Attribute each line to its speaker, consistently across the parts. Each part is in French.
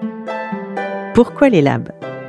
Speaker 1: Pourquoi les labs ?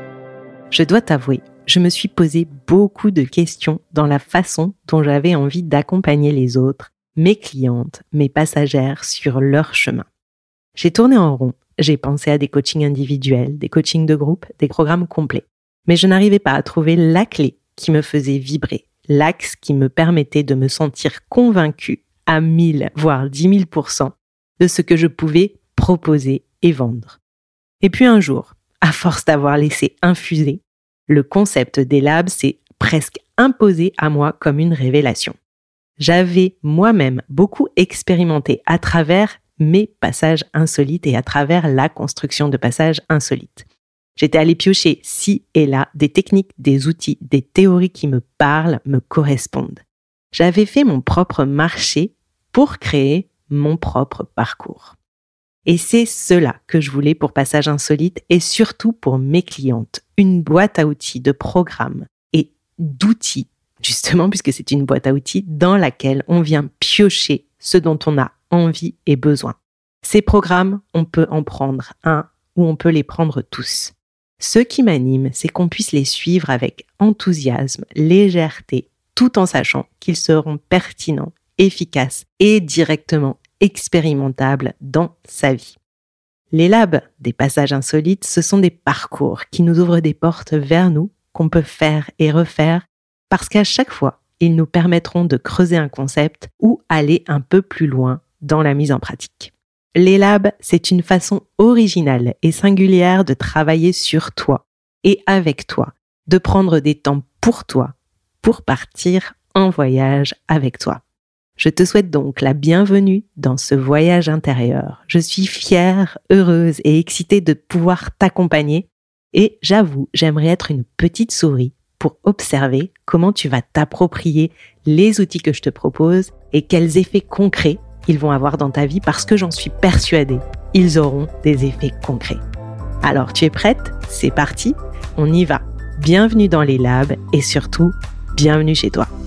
Speaker 1: Je dois t'avouer, je me suis posé beaucoup de questions dans la façon dont j'avais envie d'accompagner les autres, mes clientes, mes passagères sur leur chemin. J'ai tourné en rond, j'ai pensé à des coachings individuels, des coachings de groupe, des programmes complets. Mais je n'arrivais pas à trouver la clé qui me faisait vibrer, l'axe qui me permettait de me sentir convaincue à 1000, voire 10 000% de ce que je pouvais proposer et vendre. Et puis un jour, à force d'avoir laissé infuser, le concept des labs s'est presque imposé à moi comme une révélation. J'avais moi-même beaucoup expérimenté à travers mes passages insolites et à travers la construction de passages insolites. J'étais allée piocher ci et là des techniques, des outils, des théories qui me parlent, me correspondent. J'avais fait mon propre marché pour créer mon propre parcours. Et c'est cela que je voulais pour Passages Insolites et surtout pour mes clientes. Une boîte à outils de programmes et d'outils, justement puisque c'est une boîte à outils dans laquelle on vient piocher ce dont on a envie et besoin. Ces programmes, on peut en prendre un ou on peut les prendre tous. Ce qui m'anime, c'est qu'on puisse les suivre avec enthousiasme, légèreté, tout en sachant qu'ils seront pertinents, efficaces et directement expérimentables dans sa vie. Les labs des passages insolites, ce sont des parcours qui nous ouvrent des portes vers nous, qu'on peut faire et refaire, parce qu'à chaque fois, ils nous permettront de creuser un concept ou aller un peu plus loin dans la mise en pratique. Les labs, c'est une façon originale et singulière de travailler sur toi et avec toi, de prendre des temps pour toi, pour partir en voyage avec toi. Je te souhaite donc la bienvenue dans ce voyage intérieur. Je suis fière, heureuse et excitée de pouvoir t'accompagner et j'avoue, j'aimerais être une petite souris pour observer comment tu vas t'approprier les outils que je te propose et quels effets concrets ils vont avoir dans ta vie parce que j'en suis persuadée, ils auront des effets concrets. Alors, tu es prête ? C'est parti, on y va. Bienvenue dans les labs et surtout, bienvenue chez toi.